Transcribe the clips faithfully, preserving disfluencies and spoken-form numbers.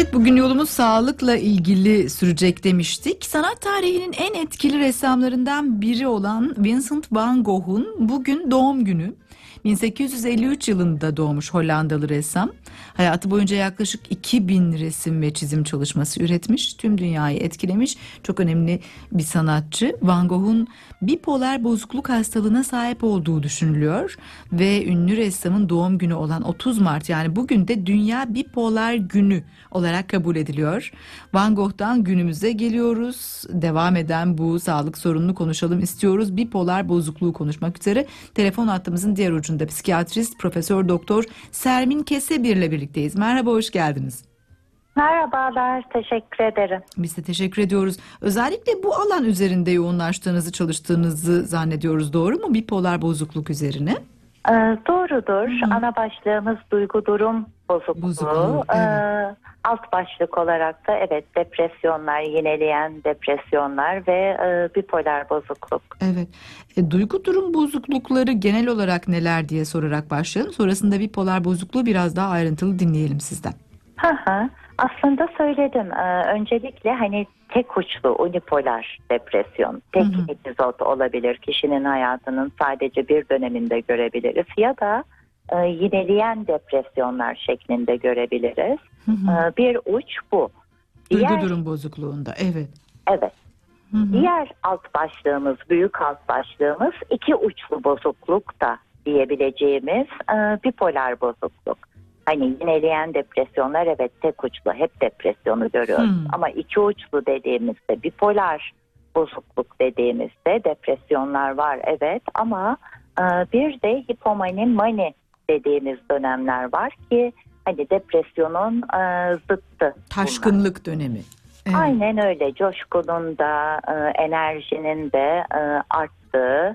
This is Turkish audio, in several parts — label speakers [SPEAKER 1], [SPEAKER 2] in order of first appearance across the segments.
[SPEAKER 1] Evet, bugün yolumuz sağlıkla ilgili sürecek demiştik. Sanat tarihinin en etkili ressamlarından biri olan Vincent van Gogh'un bugün doğum günü. bin sekiz yüz elli üç yılında doğmuş Hollandalı ressam. Hayatı boyunca yaklaşık iki bin resim ve çizim çalışması üretmiş. Tüm dünyayı etkilemiş çok önemli bir sanatçı. Van Gogh'un bipolar bozukluk hastalığına sahip olduğu düşünülüyor. Ve ünlü ressamın doğum günü olan otuz Mart, yani bugün de Dünya Bipolar Günü olarak kabul ediliyor. Van Gogh'tan günümüze geliyoruz. Devam eden bu sağlık sorununu konuşalım istiyoruz. Bipolar bozukluğu konuşmak üzere telefon hattımızın diğer ucunda psikiyatrist Profesör Doktor Sermin Kesebir ile birlikteyiz. Merhaba, hoş geldiniz.
[SPEAKER 2] Merhabalar, teşekkür ederim.
[SPEAKER 1] Biz de teşekkür ediyoruz. Özellikle bu alan üzerinde yoğunlaştığınızı, çalıştığınızı zannediyoruz. Doğru mu? Bipolar bozukluk üzerine.
[SPEAKER 2] Ee, doğrudur.
[SPEAKER 1] Hı-hı.
[SPEAKER 2] Ana başlığımız duygu durum bozukluğu.
[SPEAKER 1] Bozukluğu, evet.
[SPEAKER 2] Ee, alt başlık olarak da evet depresyonlar, yineleyen depresyonlar ve e, bipolar bozukluk.
[SPEAKER 1] Evet. E, duygu durum bozuklukları genel olarak neler diye sorarak başlayalım. Sonrasında bipolar bozukluğu biraz daha ayrıntılı dinleyelim sizden.
[SPEAKER 2] Hı hı. Aslında söyledim. Ee, öncelikle hani tek uçlu unipolar depresyon, tek hı hı. epizod olabilir. Kişinin hayatının sadece bir döneminde görebiliriz ya da e, yineleyen depresyonlar şeklinde görebiliriz. Hı hı. Ee, bir uç bu.
[SPEAKER 1] Duygu
[SPEAKER 2] Diğer,
[SPEAKER 1] durum bozukluğunda, evet.
[SPEAKER 2] Evet.
[SPEAKER 1] Hı hı.
[SPEAKER 2] Diğer alt başlığımız, büyük alt başlığımız iki uçlu bozukluk da diyebileceğimiz e, bipolar bozukluk. Hani yineleyen depresyonlar evet tek uçlu, hep depresyonu görüyoruz. Hmm. Ama iki uçlu dediğimizde, bipolar bozukluk dediğimizde depresyonlar var evet. Ama e, bir de hipomani, mani dediğimiz dönemler var ki hani depresyonun e, zıttı.
[SPEAKER 1] Taşkınlık bunlar. Dönemi.
[SPEAKER 2] Evet. Aynen öyle. Coşkunun da e, enerjinin de e, arttığı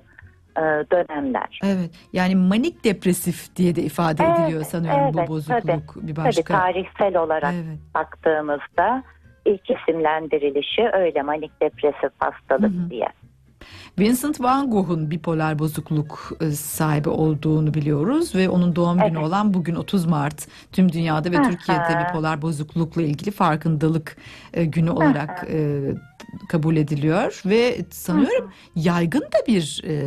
[SPEAKER 2] dönemler.
[SPEAKER 1] Evet. Yani manik depresif diye de ifade
[SPEAKER 2] evet,
[SPEAKER 1] ediliyor sanıyorum
[SPEAKER 2] evet,
[SPEAKER 1] bu bozukluk
[SPEAKER 2] tabii,
[SPEAKER 1] bir başka.
[SPEAKER 2] Tabii tarihsel olarak evet. baktığımızda ilk isimlendirilişi öyle manik depresif hastalık hı hı. diye.
[SPEAKER 1] Vincent van Gogh'un bipolar bozukluk sahibi olduğunu biliyoruz ve onun doğum günü evet. olan bugün otuz Mart tüm dünyada ve Türkiye'de bipolar bozuklukla ilgili farkındalık günü olarak e, kabul ediliyor ve sanıyorum yaygın da bir e,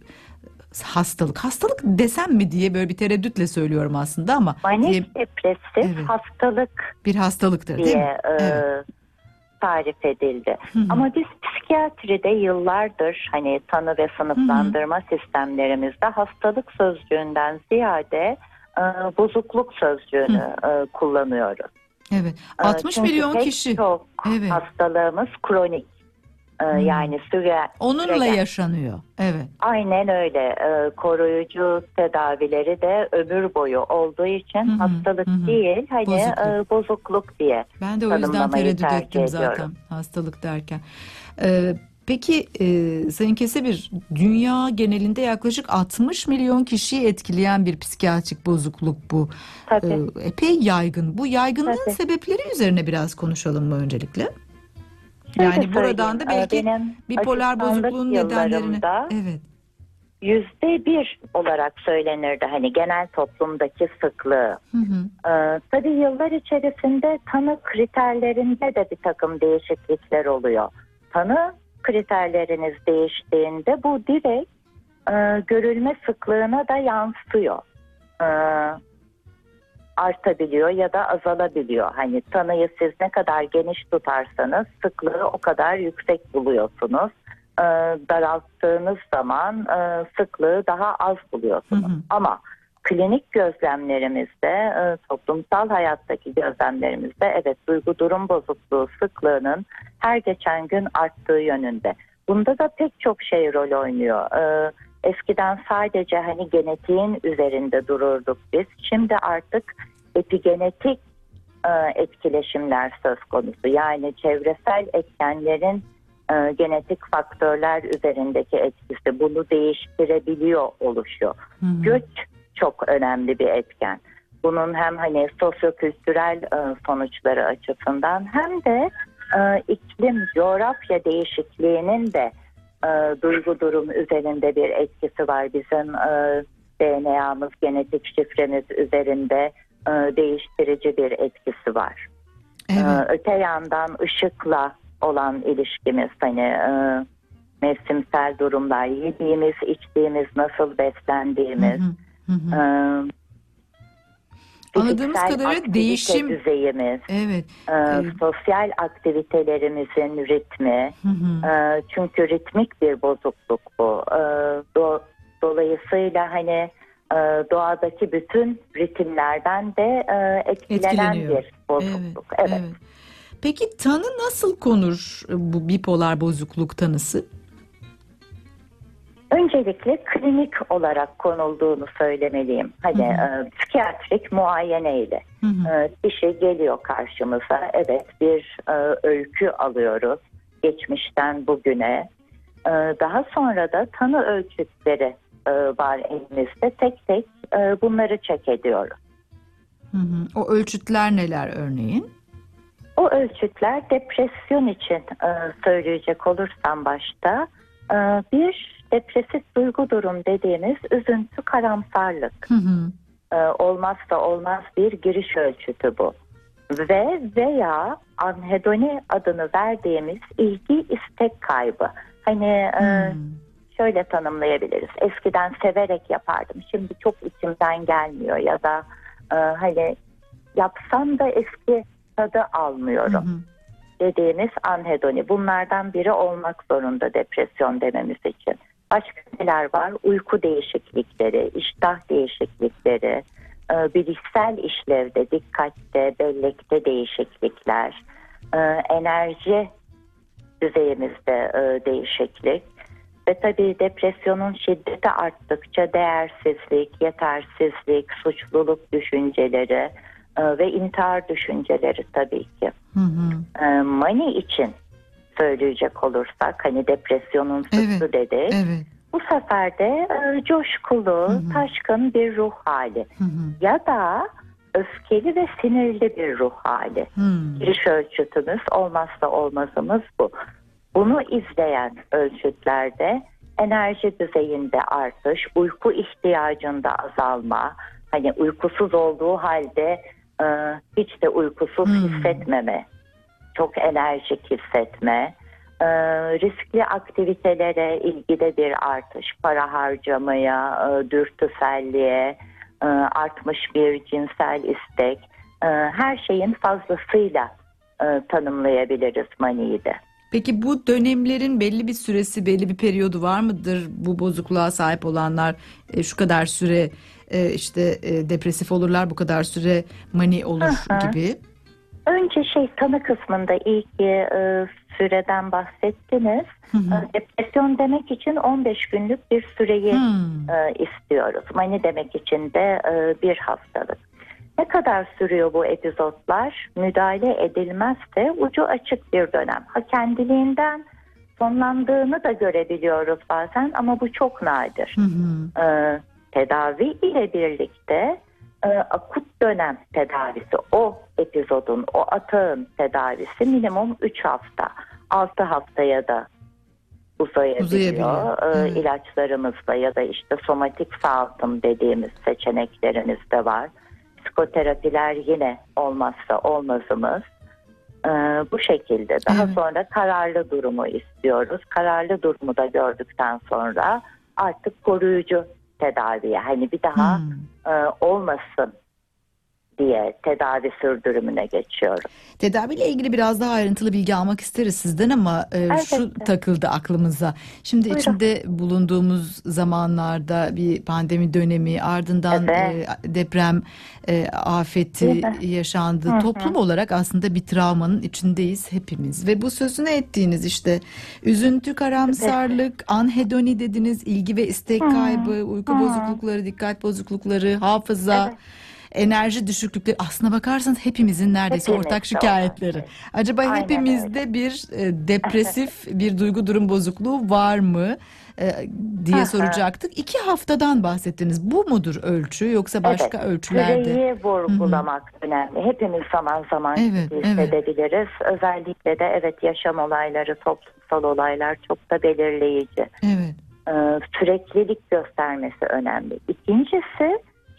[SPEAKER 1] hastalık. Hastalık desem mi diye böyle bir tereddütle söylüyorum aslında ama.
[SPEAKER 2] Manik depresif evet. hastalık.
[SPEAKER 1] Bir hastalıktır
[SPEAKER 2] diye,
[SPEAKER 1] değil mi?
[SPEAKER 2] E,
[SPEAKER 1] evet.
[SPEAKER 2] tarif edildi. Hı hı. Ama biz psikiyatride yıllardır hani tanı ve sınıflandırma hı hı. sistemlerimizde hastalık sözcüğünden ziyade e, bozukluk sözcüğünü e, kullanıyoruz.
[SPEAKER 1] Evet. altmış Çünkü milyon
[SPEAKER 2] pek
[SPEAKER 1] kişi.
[SPEAKER 2] Çok
[SPEAKER 1] evet.
[SPEAKER 2] hastalığımız kronik. E, hmm. Yani süre
[SPEAKER 1] onunla süre yaşanıyor. Evet.
[SPEAKER 2] Aynen öyle. E, koruyucu tedavileri de ömür boyu olduğu için hı hı. hastalık hı hı. değil, hani bozukluk. E, bozukluk diye.
[SPEAKER 1] Ben de o yüzden tereddüt ettim zaten ediyorum. Hastalık derken. Ee, peki e, Sayın Kesebir, dünya genelinde yaklaşık altmış milyon kişiyi etkileyen bir psikiyatrik bozukluk bu.
[SPEAKER 2] Tabii.
[SPEAKER 1] Ee, epey yaygın. Bu yaygınlığın Tabii. sebepleri üzerine biraz konuşalım mı öncelikle?
[SPEAKER 2] Şöyle
[SPEAKER 1] yani buradan da belki
[SPEAKER 2] benim
[SPEAKER 1] bipolar bozukluğun nedenlerini. Evet.
[SPEAKER 2] Yüzde bir olarak söylenirdi hani genel toplumdaki sıklığı. Hı hı. Ee, tabii yıllar içerisinde tanı kriterlerinde de bir takım değişiklikler oluyor. Tanı kriterleriniz değiştiğinde bu direkt e, görülme sıklığına da yansıyor. E, artabiliyor ya da azalabiliyor. Hani tanıyı siz ne kadar geniş tutarsanız sıklığı o kadar yüksek buluyorsunuz. Ee, daralttığınız zaman e, sıklığı daha az buluyorsunuz. Hı hı. Ama klinik gözlemlerimizde, e, toplumsal hayattaki gözlemlerimizde evet duygu durum bozukluğu sıklığının her geçen gün arttığı yönünde. Bunda da pek çok şey rol oynuyor. Ee, eskiden sadece hani genetiğin üzerinde dururduk biz. Şimdi artık epigenetik e, etkileşimler söz konusu. Yani çevresel etkenlerin e, genetik faktörler üzerindeki etkisi bunu değiştirebiliyor oluşuyor. Hı hı. Göç çok önemli bir etken. Bunun hem hani sosyokültürel e, sonuçları açısından hem de e, iklim, coğrafya değişikliğinin de e, duygu durum üzerinde bir etkisi var. Bizim e, D N A'mız, genetik şifremiz üzerinde e, değiştirici bir etkisi var.
[SPEAKER 1] Evet.
[SPEAKER 2] Ee, öte yandan ışıkla olan ilişkimiz, hani e, mevsimsel durumlar, yediğimiz, içtiğimiz, nasıl beslendiğimiz,
[SPEAKER 1] Hı hı, hı hı.
[SPEAKER 2] e,
[SPEAKER 1] Anladığımız
[SPEAKER 2] fiziksel
[SPEAKER 1] kadarıyla
[SPEAKER 2] aktivite
[SPEAKER 1] değişim.
[SPEAKER 2] düzeyimiz,
[SPEAKER 1] Evet.
[SPEAKER 2] e,
[SPEAKER 1] Ee,
[SPEAKER 2] sosyal aktivitelerimizin ritmi.
[SPEAKER 1] hı hı.
[SPEAKER 2] E, çünkü ritmik bir bozukluk bu. E, do, dolayısıyla hani e, doğadaki bütün ritimlerden de e, etkilenen
[SPEAKER 1] Etkileniyor.
[SPEAKER 2] bir bozukluk.
[SPEAKER 1] Evet,
[SPEAKER 2] Evet.
[SPEAKER 1] evet. Peki tanı nasıl konur, bu bipolar bozukluk tanısı?
[SPEAKER 2] Öncelikle klinik olarak konulduğunu söylemeliyim. Hani
[SPEAKER 1] Hı hı.
[SPEAKER 2] e, psikiyatrik muayeneyle
[SPEAKER 1] Hı hı.
[SPEAKER 2] e, kişi geliyor karşımıza. Evet, bir e, öykü alıyoruz geçmişten bugüne. E, daha sonra da tanı ölçütleri e, var elimizde. Tek tek e, bunları check ediyoruz.
[SPEAKER 1] Hı hı. O ölçütler neler örneğin?
[SPEAKER 2] O ölçütler depresyon için e, söyleyecek olursam başta e, bir depresif duygu durum dediğimiz üzüntü, karamsarlık.
[SPEAKER 1] Hı hı.
[SPEAKER 2] Ee, olmazsa olmaz bir giriş ölçütü bu. Ve veya anhedoni adını verdiğimiz ilgi istek kaybı. Hani e,
[SPEAKER 1] Hmm.
[SPEAKER 2] şöyle tanımlayabiliriz. Eskiden severek yapardım. Şimdi çok içimden gelmiyor ya da e, hani yapsam da eski tadı
[SPEAKER 1] Hı
[SPEAKER 2] almıyorum
[SPEAKER 1] hı.
[SPEAKER 2] dediğimiz anhedoni. Bunlardan biri olmak zorunda depresyon dememiz için. Başka neler var? Uyku değişiklikleri, iştah değişiklikleri, e, bilişsel işlevde, dikkatte, bellekte değişiklikler, e, enerji düzeyimizde e, değişiklik. Ve tabii depresyonun şiddeti arttıkça değersizlik, yetersizlik, suçluluk düşünceleri e, ve intihar düşünceleri tabii ki.
[SPEAKER 1] Hı hı.
[SPEAKER 2] E, mani için söyleyecek olursak, hani depresyonun
[SPEAKER 1] Evet,
[SPEAKER 2] sıtı dedik.
[SPEAKER 1] evet.
[SPEAKER 2] Bu sefer de e, coşkulu,
[SPEAKER 1] Hı hı.
[SPEAKER 2] taşkın bir ruh hali
[SPEAKER 1] Hı hı.
[SPEAKER 2] ya da öfkeli ve sinirli bir ruh hali.
[SPEAKER 1] Hı.
[SPEAKER 2] Giriş ölçütümüz, olmazsa olmazımız bu. Bunu izleyen ölçütlerde enerji düzeyinde artış, uyku ihtiyacında azalma, hani uykusuz olduğu halde e, hiç de uykusuz
[SPEAKER 1] Hmm.
[SPEAKER 2] hissetmeme, çok enerjik hissetme, e, riskli aktivitelere ilgide bir artış, para harcamaya, e, dürtüselliğe, e, artmış bir cinsel istek, e, her şeyin fazlasıyla e, tanımlayabiliriz maniyi de.
[SPEAKER 1] Peki bu dönemlerin belli bir süresi, belli bir periyodu var mıdır? Bu bozukluğa sahip olanlar e, şu kadar süre e, işte e, depresif olurlar, bu kadar süre mani olur
[SPEAKER 2] Hı hı.
[SPEAKER 1] gibi.
[SPEAKER 2] Önce şey tanı kısmında iyi ki e, süreden bahsettiniz.
[SPEAKER 1] Hı hı.
[SPEAKER 2] E, depresyon demek için on beş günlük bir süreyi
[SPEAKER 1] Hmm.
[SPEAKER 2] e, istiyoruz. Mani demek için de e, bir haftalık. Ne kadar sürüyor bu epizotlar? Müdahale edilmezse ucu açık bir dönem. Ha, kendiliğinden sonlandığını da görebiliyoruz bazen ama bu çok nadir.
[SPEAKER 1] Hı hı.
[SPEAKER 2] E, tedavi ile birlikte e, akut dönem tedavisi, o epizodun, o atağın tedavisi minimum üç hafta, altı haftaya da uzayabiliyor.
[SPEAKER 1] Uzayabiliyor,
[SPEAKER 2] E,
[SPEAKER 1] evet.
[SPEAKER 2] ilaçlarımızla ya da işte somatik sağaltım dediğimiz seçeneklerimiz de var. Psikoterapiler yine olmazsa olmazımız. Ee, bu şekilde. Daha
[SPEAKER 1] Evet.
[SPEAKER 2] sonra kararlı durumu istiyoruz. Kararlı durumu da gördükten sonra artık koruyucu tedaviye, hani bir daha
[SPEAKER 1] Hmm.
[SPEAKER 2] e, olmasın diye tedavi sürdürümüne geçiyoruz.
[SPEAKER 1] Tedaviyle ilgili biraz daha ayrıntılı bilgi almak isteriz sizden ama e, şu
[SPEAKER 2] Elbette.
[SPEAKER 1] takıldı aklımıza. Şimdi
[SPEAKER 2] Buyurun.
[SPEAKER 1] içinde bulunduğumuz zamanlarda bir pandemi dönemi, ardından
[SPEAKER 2] Evet.
[SPEAKER 1] e, deprem e, afeti
[SPEAKER 2] Değil mi?
[SPEAKER 1] yaşandı.
[SPEAKER 2] Hı hı.
[SPEAKER 1] Toplum olarak aslında bir travmanın içindeyiz hepimiz ve bu sözünü ettiğiniz işte üzüntü, karamsarlık, anhedoni dediniz, ilgi ve istek
[SPEAKER 2] Hı
[SPEAKER 1] kaybı, uyku
[SPEAKER 2] hı.
[SPEAKER 1] bozuklukları, dikkat bozuklukları, hafıza,
[SPEAKER 2] Evet.
[SPEAKER 1] enerji düşüklükleri, aslına bakarsanız hepimizin neredeyse ortak
[SPEAKER 2] Hepimizde olan
[SPEAKER 1] şikayetleri.
[SPEAKER 2] şey.
[SPEAKER 1] Acaba
[SPEAKER 2] Aynen öyle.
[SPEAKER 1] hepimizde bir e, depresif bir duygu durum bozukluğu var mı e, diye
[SPEAKER 2] Hı hı.
[SPEAKER 1] soracaktık. İki haftadan bahsettiniz. Bu mudur ölçü yoksa başka
[SPEAKER 2] Evet,
[SPEAKER 1] ölçülerde?
[SPEAKER 2] süreyi
[SPEAKER 1] Hı hı.
[SPEAKER 2] vurgulamak önemli. Hepimiz zaman zaman
[SPEAKER 1] Evet,
[SPEAKER 2] kötü
[SPEAKER 1] evet,
[SPEAKER 2] hissedebiliriz. Özellikle de evet, yaşam olayları, toplumsal olaylar çok da belirleyici.
[SPEAKER 1] evet.
[SPEAKER 2] Ee, süreklilik göstermesi önemli. İkincisi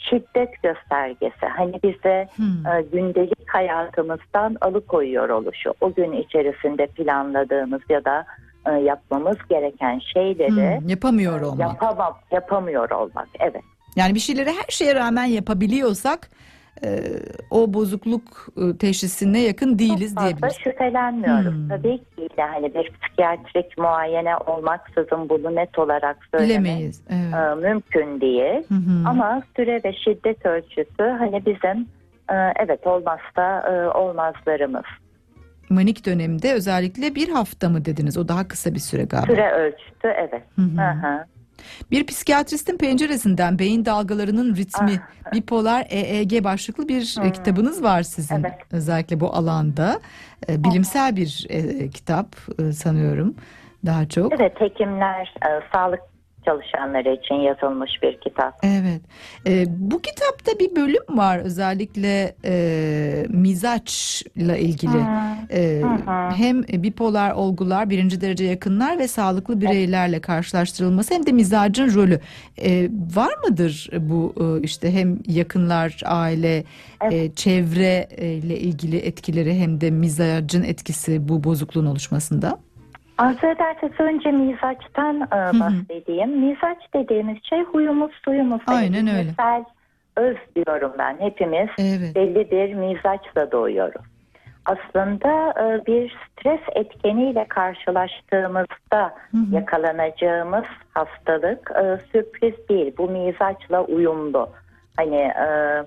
[SPEAKER 2] şiddet göstergesi. Hani bize
[SPEAKER 1] Hmm.
[SPEAKER 2] e, gündelik hayatımızdan alıkoyuyor oluşu. O gün içerisinde planladığımız ya da e, yapmamız gereken şeyleri
[SPEAKER 1] Hmm, yapamıyor
[SPEAKER 2] e,
[SPEAKER 1] olmak.
[SPEAKER 2] yapamam, yapamıyor olmak. Evet.
[SPEAKER 1] Yani bir şeyleri her şeye rağmen yapabiliyorsak e, o bozukluk e, teşhisine yakın değiliz
[SPEAKER 2] Çok fazla
[SPEAKER 1] diyebiliriz.
[SPEAKER 2] şüphelenmiyoruz.
[SPEAKER 1] Hmm.
[SPEAKER 2] Tabii ki de hani bir psikiyatrik muayene olmaksızın bunu net olarak söylemek
[SPEAKER 1] Bilemeyiz. Evet.
[SPEAKER 2] e, mümkün değil.
[SPEAKER 1] Hı hı.
[SPEAKER 2] Ama süre ve şiddet ölçüsü hani bizim e, evet olmazsa e, olmazlarımız.
[SPEAKER 1] Manik dönemde özellikle bir hafta mı dediniz? O daha kısa bir süre galiba.
[SPEAKER 2] Süre ölçüsü evet.
[SPEAKER 1] Hı hı.
[SPEAKER 2] Hı hı.
[SPEAKER 1] Bir psikiyatristin penceresinden beyin dalgalarının ritmi,
[SPEAKER 2] Ah.
[SPEAKER 1] bipolar E E G başlıklı bir e,
[SPEAKER 2] Hmm.
[SPEAKER 1] kitabınız var sizin.
[SPEAKER 2] Evet.
[SPEAKER 1] Özellikle bu alanda E, bilimsel bir e, kitap e, sanıyorum daha çok.
[SPEAKER 2] Evet, hekimler, e, sağlık çalışanları için yazılmış bir kitap.
[SPEAKER 1] Evet. E, bu kitapta bir bölüm var özellikle e, mizaçla ilgili.
[SPEAKER 2] Hmm.
[SPEAKER 1] E,
[SPEAKER 2] Hı hı.
[SPEAKER 1] hem bipolar olgular, birinci derece yakınlar ve sağlıklı bireylerle karşılaştırılması hem de mizacın rolü. E, var mıdır bu e, işte hem yakınlar, aile,
[SPEAKER 2] Evet.
[SPEAKER 1] e, çevre e, ile ilgili etkileri hem de mizacın etkisi bu bozukluğun oluşmasında?
[SPEAKER 2] Arzu ederseniz önce mizaçtan e,
[SPEAKER 1] hı.
[SPEAKER 2] bahsedeyim. Mizaç dediğimiz şey huyumuz suyumuz.
[SPEAKER 1] Aynen öyle.
[SPEAKER 2] Cinsel öz diyorum ben. Hepimiz
[SPEAKER 1] Evet.
[SPEAKER 2] belli bir mizaçla doğuyoruz. Aslında e, bir stres etkeniyle karşılaştığımızda
[SPEAKER 1] Hı hı.
[SPEAKER 2] yakalanacağımız hastalık e, sürpriz değil. Bu mizaçla uyumlu. Hani e,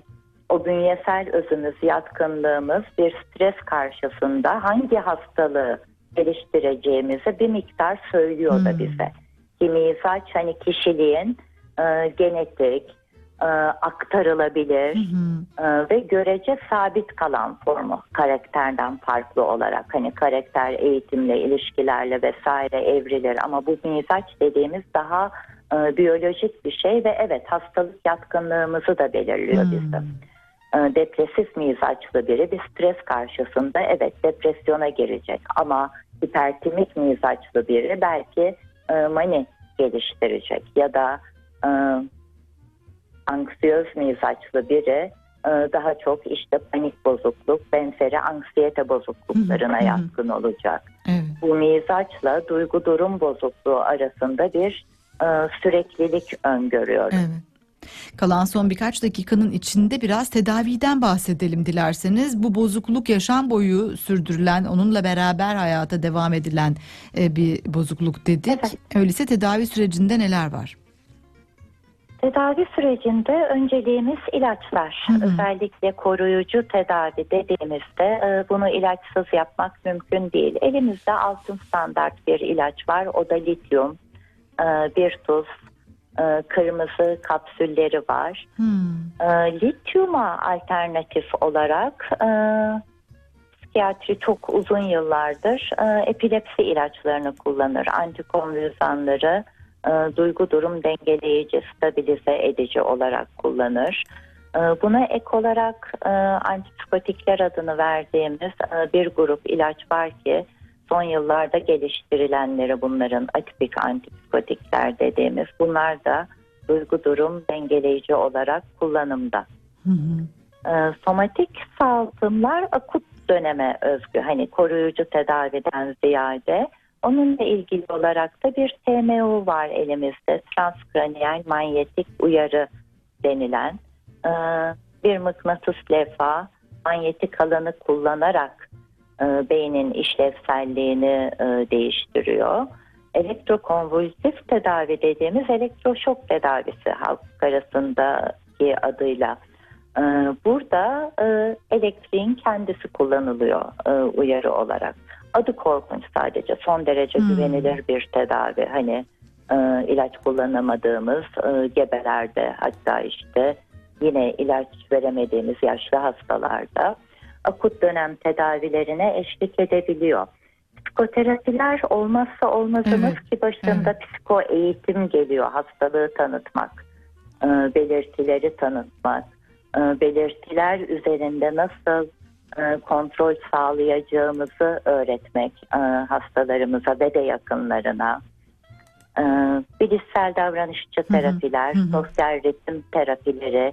[SPEAKER 2] o bünyesel özümüz, yatkınlığımız bir stres karşısında hangi hastalığı geliştireceğimizi bir miktar söylüyor da
[SPEAKER 1] Hmm.
[SPEAKER 2] bize. Ki mizaç hani kişiliğin e, genetik, e, aktarılabilir
[SPEAKER 1] Hı hı.
[SPEAKER 2] e, ve görece sabit kalan formu karakterden farklı olarak. Hani karakter eğitimle, ilişkilerle vesaire evrilir ama bu mizaç dediğimiz daha e, biyolojik bir şey ve evet hastalık yatkınlığımızı da belirliyor
[SPEAKER 1] Hmm.
[SPEAKER 2] bizim. Depresif mizaçlı biri bir stres karşısında evet depresyona girecek ama hipertimik mizaçlı biri belki e, mani geliştirecek ya da e, anksiyöz mizaçlı biri e, daha çok işte panik bozukluk, benzeri anksiyete bozukluklarına
[SPEAKER 1] Hı hı.
[SPEAKER 2] yatkın olacak.
[SPEAKER 1] Evet.
[SPEAKER 2] Bu mizaçla duygu durum bozukluğu arasında bir e, süreklilik öngörüyoruz.
[SPEAKER 1] Evet. Kalan son birkaç dakikanın içinde biraz tedaviden bahsedelim dilerseniz. Bu bozukluk yaşam boyu sürdürülen, onunla beraber hayata devam edilen e, bir bozukluk dedik.
[SPEAKER 2] Evet.
[SPEAKER 1] Öyleyse tedavi sürecinde neler var?
[SPEAKER 2] Tedavi sürecinde önceliğimiz ilaçlar.
[SPEAKER 1] Hı hı.
[SPEAKER 2] Özellikle koruyucu tedavi dediğimizde e, bunu ilaçsız yapmak mümkün değil. Elimizde altın standart bir ilaç var. O da lityum, e, bir tuz, e, kırmızı kapsülleri var.
[SPEAKER 1] Hmm.
[SPEAKER 2] E, lityuma alternatif olarak e, psikiyatri çok uzun yıllardır e, epilepsi ilaçlarını kullanır. Antikonvülsanları e, duygu durum dengeleyici, stabilize edici olarak kullanır. E, buna ek olarak e, antipsikotikler adını verdiğimiz e, bir grup ilaç var ki son yıllarda geliştirilenleri bunların atipik antipsikotikler dediğimiz bunlar da duygu durum dengeleyici olarak kullanımda.
[SPEAKER 1] Hı hı.
[SPEAKER 2] E, somatik salgınlar akut döneme özgü, hani koruyucu tedaviden ziyade. Onunla ilgili olarak da bir T M U var elimizde, transkraniyel manyetik uyarı denilen e, bir mıknatıs levha manyetik alanı kullanarak e, beynin işlevselliğini e, değiştiriyor. Elektrokonvulsif tedavi dediğimiz elektroşok tedavisi halk arasındaki adıyla. E, burada e, elektriğin kendisi kullanılıyor e, uyarı olarak. Adı korkunç sadece. Son derece
[SPEAKER 1] Hmm.
[SPEAKER 2] güvenilir bir tedavi. Hani e, ilaç kullanamadığımız e, gebelerde, hatta işte yine ilaç veremediğimiz yaşlı hastalarda akut dönem tedavilerine eşlik edebiliyor. Psikoterapiler olmazsa olmazımız
[SPEAKER 1] Evet,
[SPEAKER 2] ki başında
[SPEAKER 1] evet.
[SPEAKER 2] psiko eğitim geliyor. Hastalığı tanıtmak, e, belirtileri tanıtmak, e, belirtiler üzerinde nasıl e, kontrol sağlayacağımızı öğretmek e, hastalarımıza ve de yakınlarına. E, bilişsel davranışçı terapiler,
[SPEAKER 1] hı hı.
[SPEAKER 2] sosyal ritim terapileri,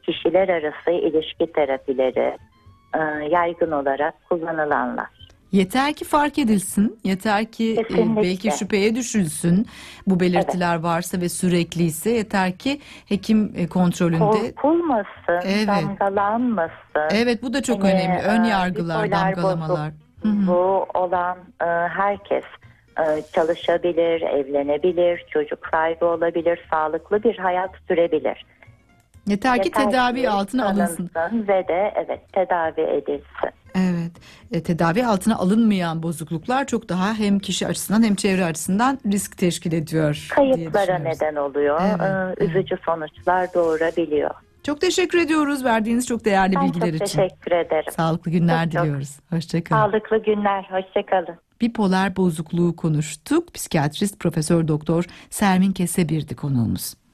[SPEAKER 2] kişiler arası ilişki terapileri e, yaygın olarak kullanılanlar.
[SPEAKER 1] Yeter ki fark edilsin, yeter ki e,
[SPEAKER 2] Kesinlikle.
[SPEAKER 1] belki şüpheye düşülsün bu belirtiler varsa ve sürekliyse, yeter ki hekim e, kontrolünde.
[SPEAKER 2] Korkulmasın,
[SPEAKER 1] Evet.
[SPEAKER 2] damgalanmasın.
[SPEAKER 1] Evet, bu da çok
[SPEAKER 2] Hani,
[SPEAKER 1] önemli. Ön
[SPEAKER 2] e,
[SPEAKER 1] yargılar,
[SPEAKER 2] bipolar
[SPEAKER 1] damgalamalar. Hı hı.
[SPEAKER 2] bozukluğu olan e, herkes e, çalışabilir, evlenebilir, çocuk sahibi olabilir, sağlıklı bir hayat sürebilir.
[SPEAKER 1] Yeter ki
[SPEAKER 2] Yeter
[SPEAKER 1] tedavi
[SPEAKER 2] ki
[SPEAKER 1] altına alınsın.
[SPEAKER 2] tanınsın ve de evet tedavi edilsin.
[SPEAKER 1] Evet, e, tedavi altına alınmayan bozukluklar çok daha hem kişi açısından hem çevre açısından risk teşkil ediyor diye
[SPEAKER 2] Kayıplara
[SPEAKER 1] düşünüyoruz.
[SPEAKER 2] neden oluyor,
[SPEAKER 1] Evet,
[SPEAKER 2] e, üzücü sonuçlar doğurabiliyor.
[SPEAKER 1] Çok teşekkür ediyoruz verdiğiniz çok değerli
[SPEAKER 2] Ben
[SPEAKER 1] bilgiler
[SPEAKER 2] çok
[SPEAKER 1] için.
[SPEAKER 2] teşekkür ederim.
[SPEAKER 1] Sağlıklı günler
[SPEAKER 2] Çok çok
[SPEAKER 1] diliyoruz. Hoşçakalın.
[SPEAKER 2] Sağlıklı günler, hoşçakalın.
[SPEAKER 1] Bipolar bozukluğu konuştuk. Psikiyatrist Profesör Doktor Sermin Kesebir'di konuğumuz.